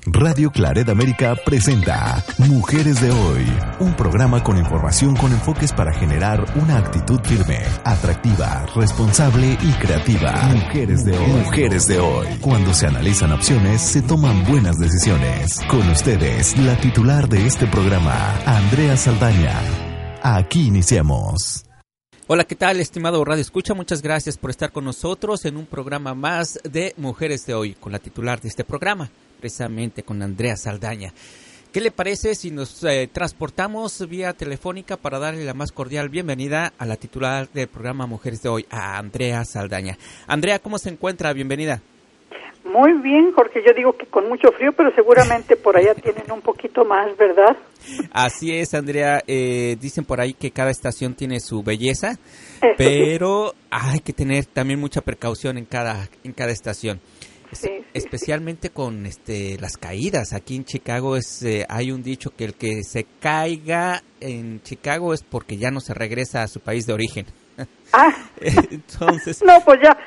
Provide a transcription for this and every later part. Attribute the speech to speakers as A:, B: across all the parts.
A: Radio Claret América presenta Mujeres de Hoy, un programa con información con enfoques para generar una actitud firme, atractiva, responsable y creativa. Mujeres de Hoy. Mujeres de Hoy. Cuando se analizan opciones, se toman buenas decisiones. Con ustedes, la titular de este programa, Andrea Saldaña. Aquí iniciamos.
B: Hola, ¿qué tal, estimado Radio Escucha? Muchas gracias por estar con nosotros en un programa más de Mujeres de Hoy, con la titular de este programa, precisamente con Andrea Saldaña. ¿Qué le parece si nos transportamos vía telefónica para darle la más cordial bienvenida a la titular del programa Mujeres de Hoy, a Andrea Saldaña? Andrea, ¿cómo se encuentra? Bienvenida.
C: Muy bien, Jorge, yo digo que con mucho frío, pero seguramente por allá tienen un poquito más, ¿verdad?
B: Así es, Andrea, dicen por ahí que cada estación tiene su belleza, pero hay que tener también mucha precaución en cada estación. Especialmente con las caídas. Aquí en Chicago hay un dicho que el que se caiga en Chicago es porque ya no se regresa a su país de origen. Entonces,
C: no, pues ya.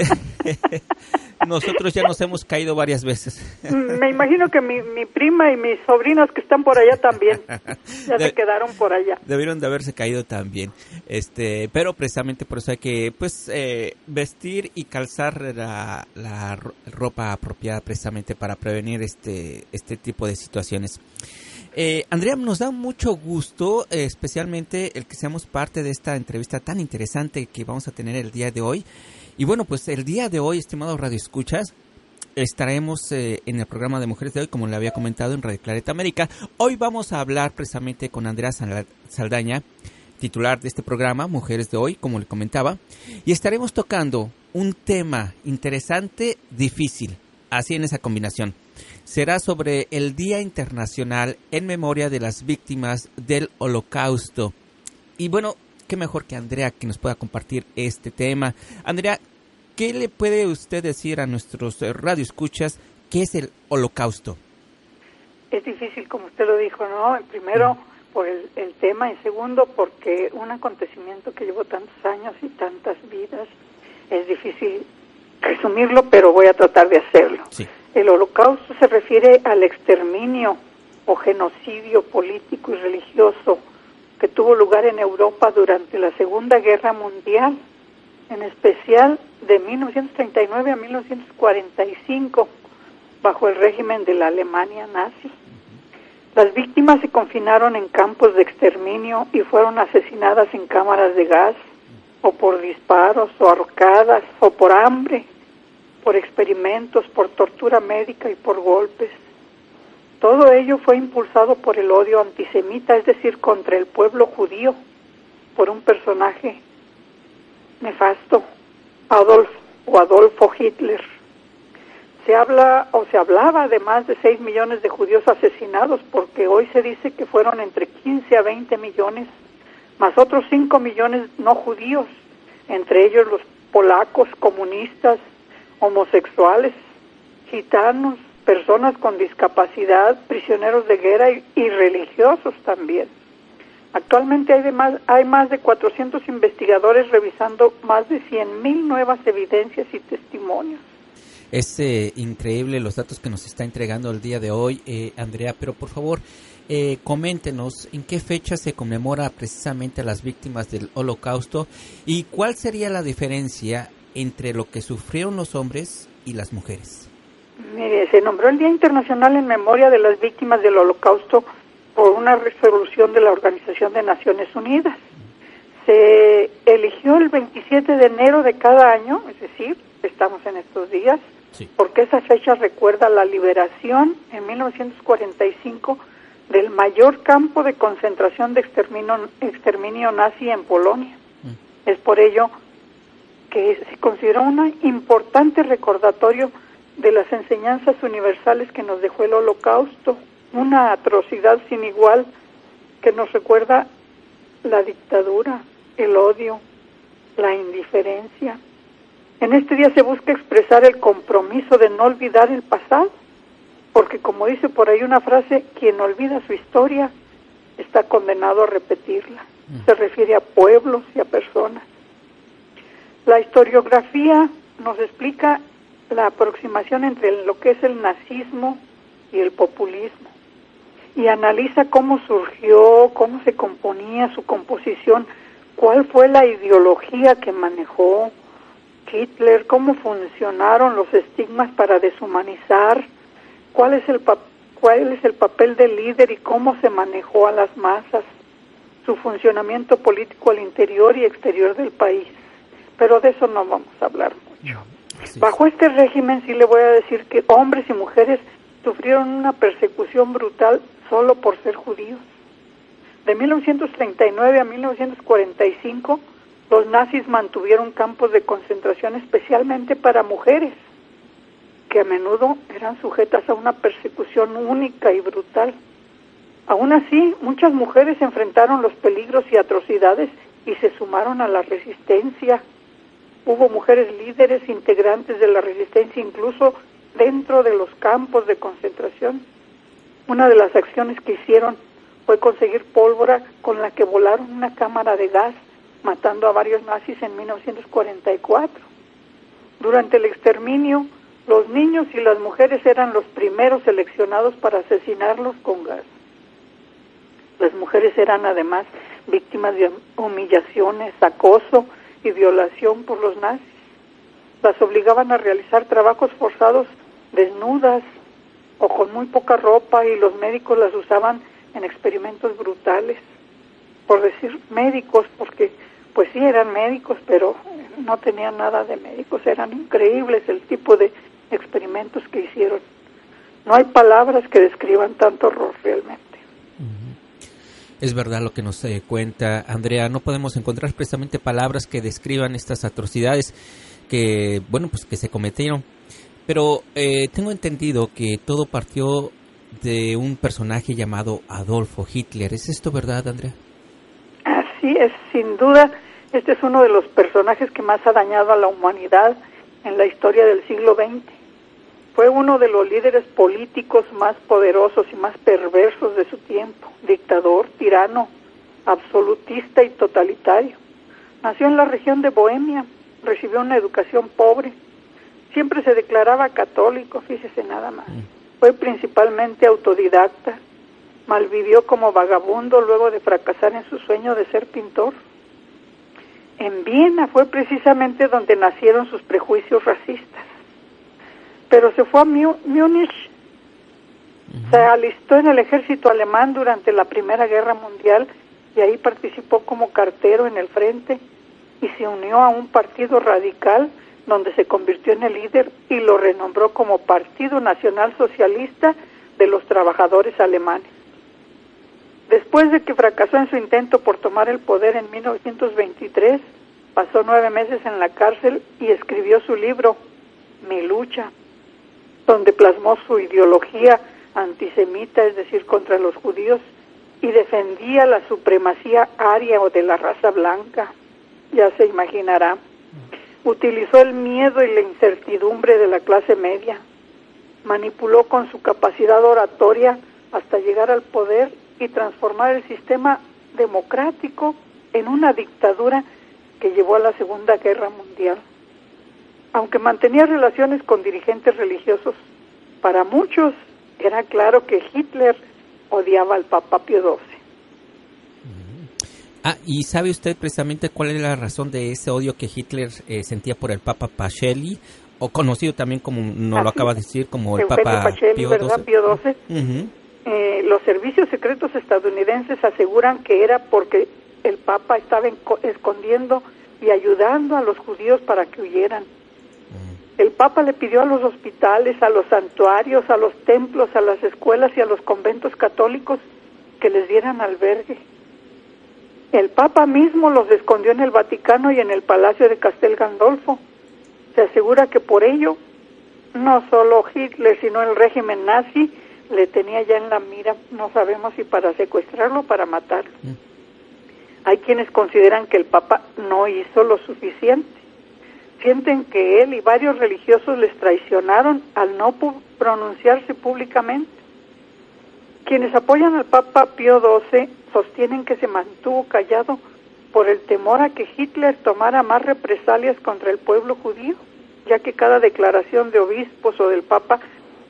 B: Nosotros ya nos hemos caído varias veces.
C: Me imagino que mi prima y mis sobrinos que están por allá también ya se quedaron por allá.
B: Debieron de haberse caído también. Pero precisamente por eso hay que vestir y calzar la ropa apropiada precisamente para prevenir este tipo de situaciones. Andrea, nos da mucho gusto, especialmente el que seamos parte de esta entrevista tan interesante que vamos a tener el día de hoy. Y bueno, pues el día de hoy, estimados radioescuchas, estaremos en el programa de Mujeres de Hoy, como le había comentado en Radio Claret América. Hoy vamos a hablar precisamente con Andrea Saldaña, titular de este programa, Mujeres de Hoy, como le comentaba, y estaremos tocando un tema interesante, difícil, así en esa combinación. Será sobre el Día Internacional en memoria de las víctimas del Holocausto. Y bueno, qué mejor que Andrea que nos pueda compartir este tema. Andrea, ¿qué le puede usted decir a nuestros radioescuchas qué es el Holocausto?
C: Es difícil, como usted lo dijo, ¿no? Primero, por el tema, y segundo, porque un acontecimiento que llevó tantos años y tantas vidas, es difícil resumirlo, pero voy a tratar de hacerlo.
B: Sí.
C: El Holocausto se refiere al exterminio o genocidio político y religioso que tuvo lugar en Europa durante la Segunda Guerra Mundial, en especial de 1939 a 1945, bajo el régimen de la Alemania nazi. Las víctimas se confinaron en campos de exterminio y fueron asesinadas en cámaras de gas, o por disparos, o ahorcadas, o por hambre, por experimentos, por tortura médica y por golpes. Todo ello fue impulsado por el odio antisemita, es decir, contra el pueblo judío, por un personaje nefasto, Adolfo Hitler. Se hablaba de más de 6 millones de judíos asesinados, porque hoy se dice que fueron entre 15 a 20 millones, más otros 5 millones no judíos, entre ellos los polacos, comunistas, homosexuales, gitanos, personas con discapacidad, prisioneros de guerra y religiosos también. Actualmente hay más de 400 investigadores revisando más de 100,000 nuevas evidencias y testimonios.
B: Es increíble los datos que nos está entregando el día de hoy, Andrea, pero por favor, coméntenos en qué fecha se conmemora precisamente a las víctimas del Holocausto y cuál sería la diferencia entre lo que sufrieron los hombres y las mujeres.
C: Mire, se nombró el Día Internacional en memoria de las víctimas del Holocausto por una resolución de la Organización de Naciones Unidas. Se eligió el 27 de enero de cada año, es decir, estamos en estos días,
B: sí,
C: porque esa fecha recuerda la liberación en 1945 del mayor campo de concentración de exterminio nazi en Polonia. Es por ello que se consideró un importante recordatorio de las enseñanzas universales que nos dejó el Holocausto, una atrocidad sin igual que nos recuerda la dictadura, el odio, la indiferencia. En este día se busca expresar el compromiso de no olvidar el pasado, porque como dice por ahí una frase, quien olvida su historia está condenado a repetirla. Se refiere a pueblos y a personas. La historiografía nos explica la aproximación entre lo que es el nazismo y el populismo. Y analiza cómo surgió, cómo se componía su composición, cuál fue la ideología que manejó Hitler, cómo funcionaron los estigmas para deshumanizar, cuál es el papel del líder y cómo se manejó a las masas, su funcionamiento político al interior y exterior del país. Pero de eso no vamos a hablar mucho. Bajo este régimen sí le voy a decir que hombres y mujeres sufrieron una persecución brutal solo por ser judíos. De 1939 a 1945, los nazis mantuvieron campos de concentración especialmente para mujeres, que a menudo eran sujetas a una persecución única y brutal. Aún así, muchas mujeres enfrentaron los peligros y atrocidades y se sumaron a la resistencia. Hubo mujeres líderes, integrantes de la resistencia, incluso dentro de los campos de concentración. Una de las acciones que hicieron fue conseguir pólvora con la que volaron una cámara de gas, matando a varios nazis en 1944. Durante el exterminio, los niños y las mujeres eran los primeros seleccionados para asesinarlos con gas. Las mujeres eran además víctimas de humillaciones, acoso y violación por los nazis. Las obligaban a realizar trabajos forzados desnudas o con muy poca ropa, y los médicos las usaban en experimentos brutales. Por decir médicos, porque pues sí eran médicos, pero no tenían nada de médicos. Eran increíbles el tipo de experimentos que hicieron. No hay palabras que describan tanto horror realmente.
B: Es verdad lo que nos cuenta Andrea. No podemos encontrar precisamente palabras que describan estas atrocidades que, bueno, pues que se cometieron. Pero tengo entendido que todo partió de un personaje llamado Adolfo Hitler. ¿Es esto verdad, Andrea?
C: Así es, sin duda. Este es uno de los personajes que más ha dañado a la humanidad en la historia del siglo XX. Fue uno de los líderes políticos más poderosos y más perversos de su tiempo. Dictador, tirano, absolutista y totalitario. Nació en la región de Bohemia, recibió una educación pobre. Siempre se declaraba católico, fíjese nada más. Fue principalmente autodidacta. Malvivió como vagabundo luego de fracasar en su sueño de ser pintor. En Viena fue precisamente donde nacieron sus prejuicios racistas. Pero se fue a Múnich, se alistó en el ejército alemán durante la Primera Guerra Mundial y ahí participó como cartero en el frente y se unió a un partido radical donde se convirtió en el líder y lo renombró como Partido Nacional Socialista de los Trabajadores Alemanes. Después de que fracasó en su intento por tomar el poder en 1923, pasó 9 meses en la cárcel y escribió su libro, Mi lucha, donde plasmó su ideología antisemita, es decir, contra los judíos, y defendía la supremacía aria o de la raza blanca. Ya se imaginará. Utilizó el miedo y la incertidumbre de la clase media. Manipuló con su capacidad oratoria hasta llegar al poder y transformar el sistema democrático en una dictadura que llevó a la Segunda Guerra Mundial. Aunque mantenía relaciones con dirigentes religiosos, para muchos era claro que Hitler odiaba al Papa Pío XII.
B: ¿Y sabe usted precisamente cuál es la razón de ese odio que Hitler sentía por el Papa Pacelli, o conocido también como nos lo acaba de decir, como el Papa
C: Pacelli, Pío XII? Los servicios secretos estadounidenses aseguran que era porque el Papa estaba escondiendo y ayudando a los judíos para que huyeran. El Papa le pidió a los hospitales, a los santuarios, a los templos, a las escuelas y a los conventos católicos que les dieran albergue. El Papa mismo los escondió en el Vaticano y en el Palacio de Castel Gandolfo. Se asegura que por ello, no solo Hitler, sino el régimen nazi le tenía ya en la mira, no sabemos si para secuestrarlo o para matarlo. Hay quienes consideran que el Papa no hizo lo suficiente. Sienten que él y varios religiosos les traicionaron al no pronunciarse públicamente. Quienes apoyan al Papa Pío XII sostienen que se mantuvo callado por el temor a que Hitler tomara más represalias contra el pueblo judío, ya que cada declaración de obispos o del Papa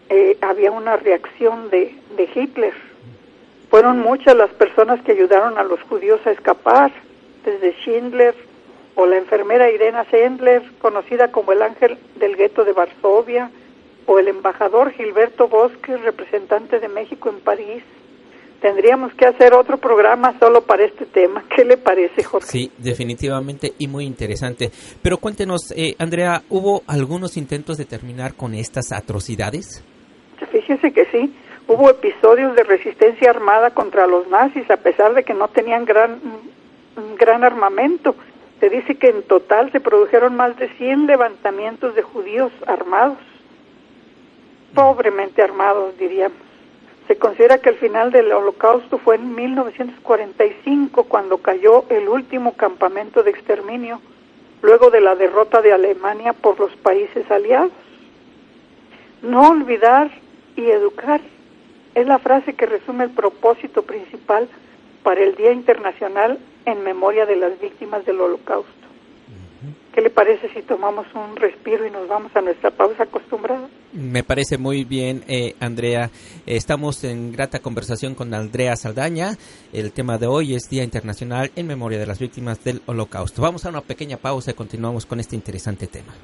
C: había una reacción de Hitler. Fueron muchas las personas que ayudaron a los judíos a escapar, desde Schindler o la enfermera Irena Sendler, conocida como el ángel del gueto de Varsovia, o el embajador Gilberto Bosque, representante de México en París. Tendríamos que hacer otro programa solo para este tema. ¿Qué le parece, Jorge?
B: Sí, definitivamente y muy interesante. Pero cuéntenos, Andrea, ¿hubo algunos intentos de terminar con estas atrocidades?
C: Fíjese que sí. Hubo episodios de resistencia armada contra los nazis, a pesar de que no tenían gran armamento. Se dice que en total se produjeron más de 100 levantamientos de judíos armados, pobremente armados, diríamos. Se considera que el final del Holocausto fue en 1945, cuando cayó el último campamento de exterminio, luego de la derrota de Alemania por los países aliados. No olvidar y educar es la frase que resume el propósito principal para el Día Internacional en memoria de las víctimas del Holocausto. ¿Qué le parece si tomamos un respiro y nos vamos a nuestra pausa acostumbrada?
B: Me parece muy bien, Andrea. Estamos en grata conversación con Andrea Saldaña. El tema de hoy es Día Internacional en memoria de las víctimas del Holocausto. Vamos a una pequeña pausa y continuamos con este interesante tema.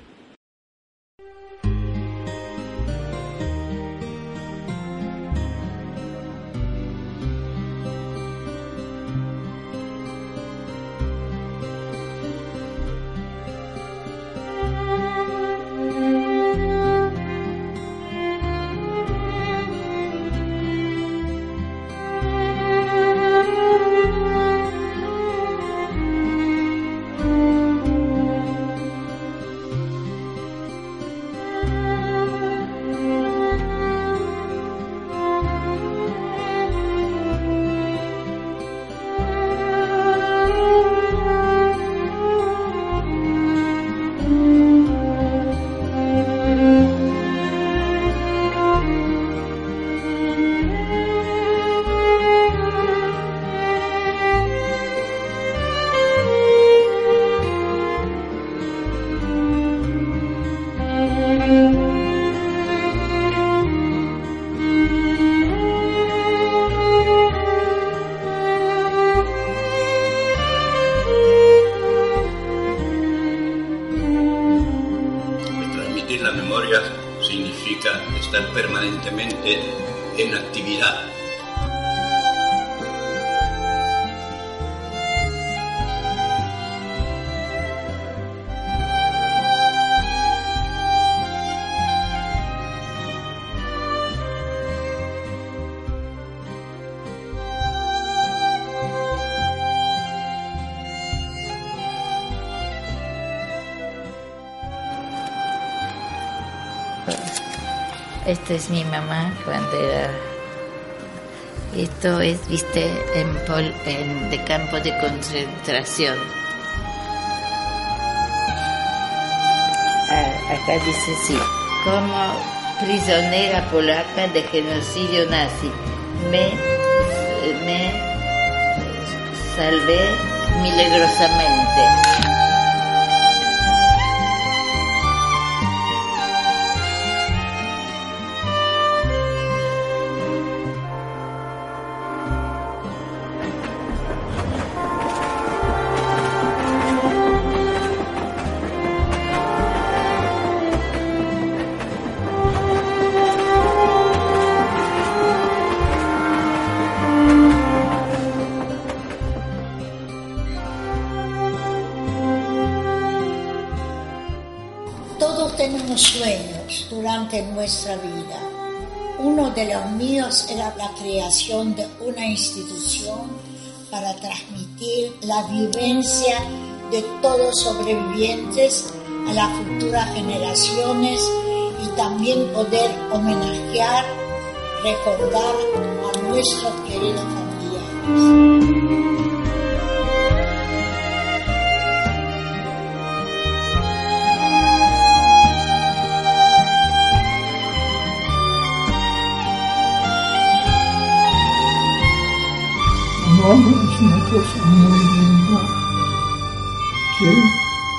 D: Estar permanentemente en actividad.
E: Esta es mi mamá cuando era... Esto es, viste, de campo de concentración. Acá dice sí. Como prisionera polaca de genocidio nazi, me salvé milagrosamente.
F: Sueños durante nuestra vida. Uno de los míos era la creación de una institución para transmitir la vivencia de todos sobrevivientes a las futuras generaciones y también poder homenajear, recordar a nuestros queridos familiares.
G: Es una cosa muy linda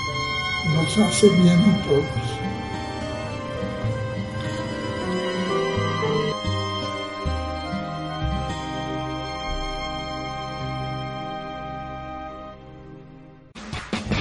G: que nos hace bien a todos.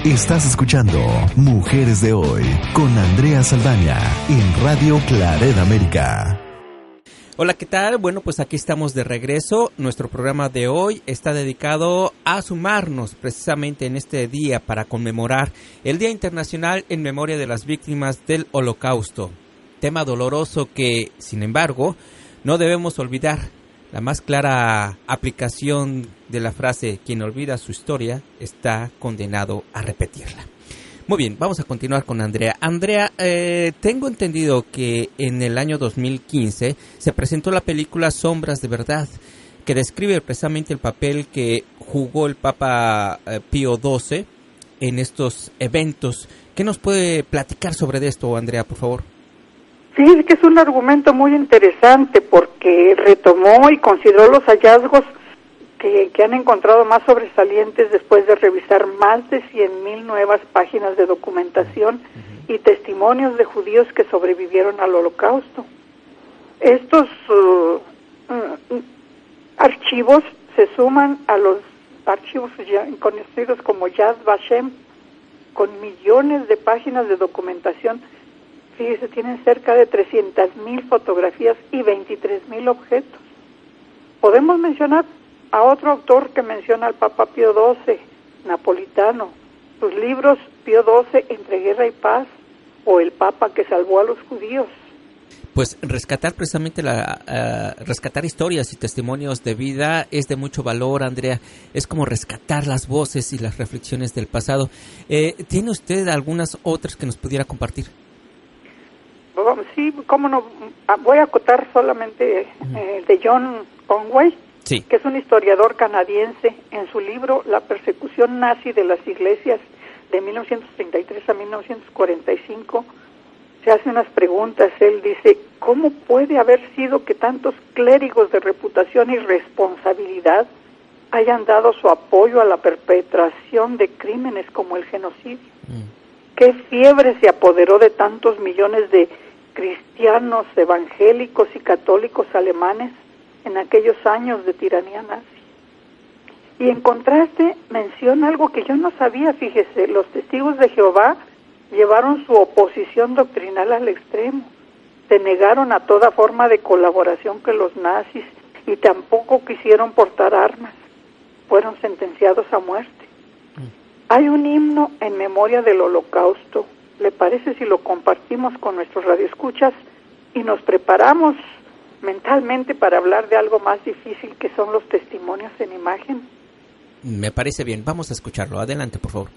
A: Estás escuchando Mujeres de Hoy con Andrea Saldaña en Radio Claret América.
B: Hola, ¿qué tal? Bueno, pues aquí estamos de regreso. Nuestro programa de hoy está dedicado a sumarnos precisamente en este día para conmemorar el Día Internacional en Memoria de las Víctimas del Holocausto. Tema doloroso que, sin embargo, no debemos olvidar. La más clara aplicación de la frase "quien olvida su historia está condenado a repetirla". Muy bien, vamos a continuar con Andrea. Andrea, tengo entendido que en el año 2015 se presentó la película Sombras de Verdad, que describe precisamente el papel que jugó el Papa Pío XII en estos eventos. ¿Qué nos puede platicar sobre esto, Andrea, por favor?
C: Sí, es que es un argumento muy interesante porque retomó y consideró los hallazgos que han encontrado más sobresalientes después de revisar más de 100,000 nuevas páginas de documentación y testimonios de judíos que sobrevivieron al Holocausto. Estos archivos se suman a los archivos ya conocidos como Yad Vashem, con millones de páginas de documentación. Fíjese, tienen cerca de 300,000 fotografías y 23,000 objetos. Podemos mencionar a otro autor que menciona al Papa Pío XII, Napolitano, sus libros Pío XII, Entre Guerra y Paz, o El Papa que salvó a los judíos.
B: Pues rescatar precisamente rescatar historias y testimonios de vida es de mucho valor, Andrea. Es como rescatar las voces y las reflexiones del pasado. ¿Tiene usted algunas otras que nos pudiera compartir?
C: Sí, cómo no. Voy a acotar solamente de John Conway,
B: sí,
C: que es un historiador canadiense. En su libro La persecución nazi de las iglesias de 1933 a 1945, se hace unas preguntas. Él dice, ¿cómo puede haber sido que tantos clérigos de reputación y responsabilidad hayan dado su apoyo a la perpetración de crímenes como el genocidio? ¿Qué fiebre se apoderó de tantos millones de cristianos, evangélicos y católicos alemanes en aquellos años de tiranía nazi? Y en contraste menciona algo que yo no sabía, fíjese, los testigos de Jehová llevaron su oposición doctrinal al extremo, se negaron a toda forma de colaboración con los nazis y tampoco quisieron portar armas, fueron sentenciados a muerte. Hay un himno en memoria del Holocausto. ¿Le parece si lo compartimos con nuestros radioescuchas y nos preparamos mentalmente para hablar de algo más difícil que son los testimonios en imagen?
B: Me parece bien, vamos a escucharlo. Adelante, por favor.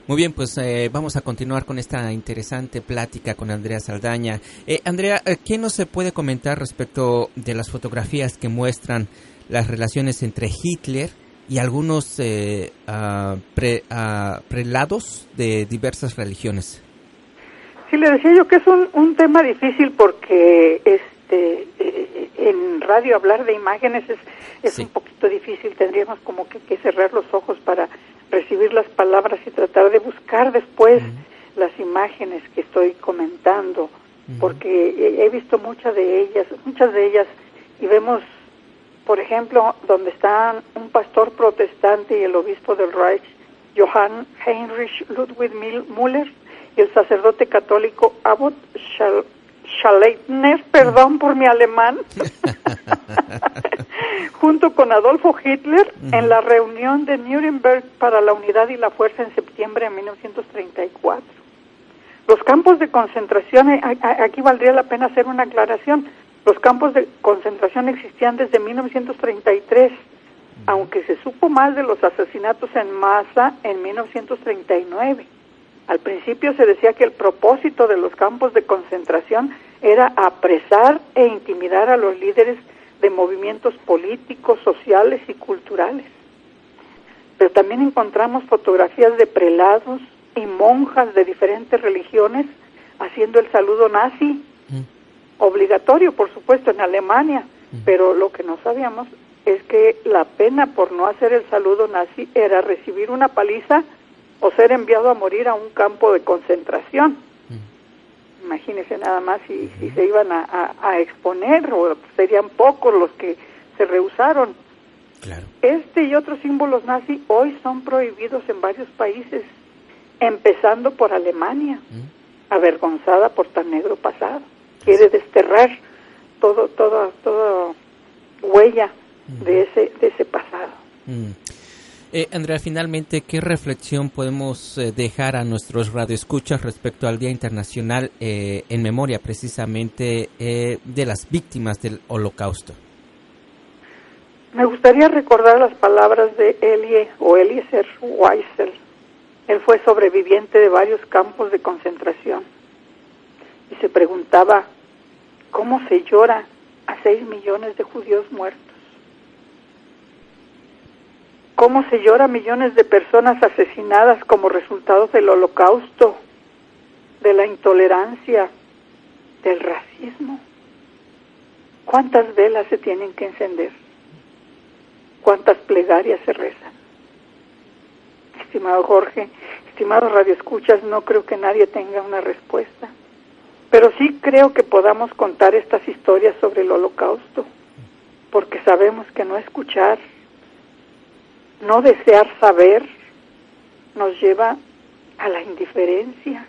B: Muy bien, pues vamos a continuar con esta interesante plática con Andrea Saldaña. Andrea, ¿qué nos se puede comentar respecto de las fotografías que muestran las relaciones entre Hitler y algunos prelados de diversas religiones?
C: Sí, le decía yo que es un tema difícil porque en radio hablar de imágenes es sí. Un poquito difícil. Tendríamos como que cerrar los ojos para recibir las palabras y tratar de buscar después las imágenes que estoy comentando, porque he visto muchas de ellas, y vemos, por ejemplo, donde están un pastor protestante y el obispo del Reich, Johann Heinrich Ludwig Müller, y el sacerdote católico Abbot Schaleitner, perdón por mi alemán, junto con Adolfo Hitler en la reunión de Nuremberg para la unidad y la fuerza en septiembre de 1934. Los campos de concentración, aquí valdría la pena hacer una aclaración, los campos de concentración existían desde 1933, aunque se supo más de los asesinatos en masa en 1939. Al principio se decía que el propósito de los campos de concentración era apresar e intimidar a los líderes de movimientos políticos, sociales y culturales. Pero también encontramos fotografías de prelados y monjas de diferentes religiones haciendo el saludo nazi, obligatorio, por supuesto, en Alemania, pero lo que no sabíamos es que la pena por no hacer el saludo nazi era recibir una paliza o ser enviado a morir a un campo de concentración. Imagínense nada más si se iban a exponer, o serían pocos los que se rehusaron.
B: Claro.
C: Este y otros símbolos nazi hoy son prohibidos en varios países, empezando por Alemania, avergonzada por tan negro pasado. Quiere desterrar toda huella de ese pasado.
B: Andrea, finalmente, ¿qué reflexión podemos dejar a nuestros radioescuchas respecto al Día Internacional en memoria precisamente de las víctimas del Holocausto?
C: Me gustaría recordar las palabras de Eliezer Wiesel. Él fue sobreviviente de varios campos de concentración y se preguntaba cómo se llora a 6 millones de judíos muertos. ¿Cómo se llora a millones de personas asesinadas como resultado del Holocausto, de la intolerancia, del racismo? ¿Cuántas velas se tienen que encender? ¿Cuántas plegarias se rezan? Estimado Jorge, estimados radioescuchas, no creo que nadie tenga una respuesta, pero sí creo que podamos contar estas historias sobre el Holocausto, porque sabemos que no escuchar, no desear saber, nos lleva a la indiferencia.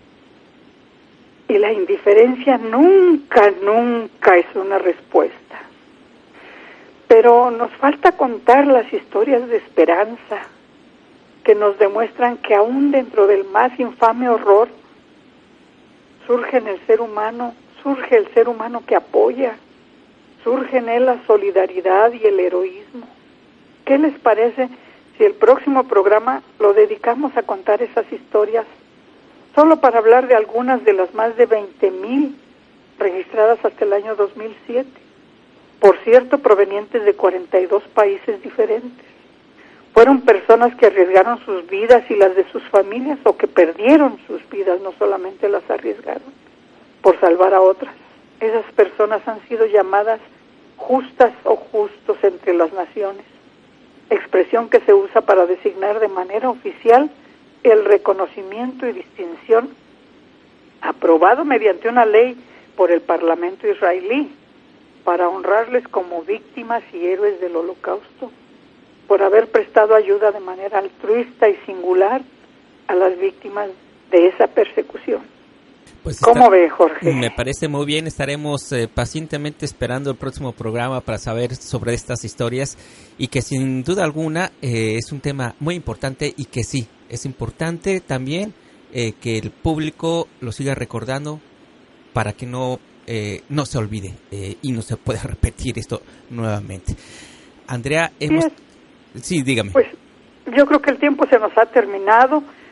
C: Y la indiferencia nunca es una respuesta. Pero nos falta contar las historias de esperanza que nos demuestran que aún dentro del más infame horror surge el ser humano que apoya, surge en él la solidaridad y el heroísmo. ¿Qué les parece si el próximo programa lo dedicamos a contar esas historias? Solo para hablar de algunas de las más de 20,000 registradas hasta el año 2007. Por cierto, provenientes de 42 países diferentes. Fueron personas que arriesgaron sus vidas y las de sus familias, o que perdieron sus vidas, no solamente las arriesgaron, por salvar a otras. Esas personas han sido llamadas justas o justos entre las naciones, expresión que se usa para designar de manera oficial el reconocimiento y distinción aprobado mediante una ley por el Parlamento israelí para honrarles como víctimas y héroes del Holocausto, por haber prestado ayuda de manera altruista y singular a las víctimas de esa persecución.
B: Pues
C: ¿Cómo ve, Jorge?
B: Me parece muy bien. Estaremos pacientemente esperando el próximo programa para saber sobre estas historias, y que sin duda alguna es un tema muy importante, y que sí, es importante también que el público lo siga recordando para que no se olvide y no se pueda repetir esto nuevamente. Andrea, Sí, dígame.
C: Pues yo creo que el tiempo se nos ha terminado.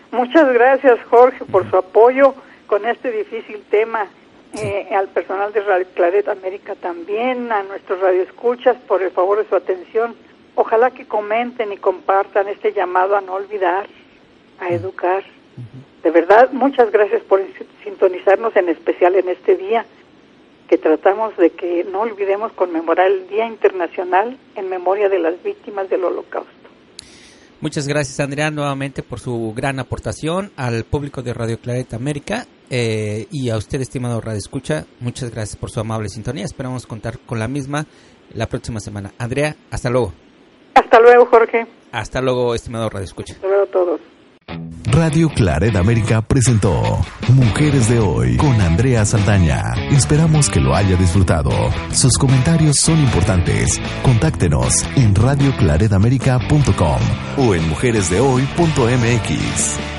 C: Muchas gracias, Jorge, por su apoyo con este difícil tema. Al personal de Radio Claret América también, a nuestros radioescuchas, por el favor de su atención. Ojalá que comenten y compartan este llamado a no olvidar, a educar. De verdad, muchas gracias por sintonizarnos, en especial en este día, que tratamos de que no olvidemos conmemorar el Día Internacional en memoria de las víctimas del Holocausto.
B: Muchas gracias, Andrea, nuevamente por su gran aportación al público de Radio Claret América, y a usted, estimado Radio Escucha, muchas gracias por su amable sintonía. Esperamos contar con la misma la próxima semana. Andrea, hasta luego.
C: Hasta luego, Jorge.
B: Hasta luego, estimado Radio Escucha.
C: Hasta luego a todos.
A: Radio Claret América presentó Mujeres de Hoy con Andrea Saldaña. Esperamos que lo haya disfrutado. Sus comentarios son importantes. Contáctenos en radioclaretamerica.com o en mujeresdehoy.mx.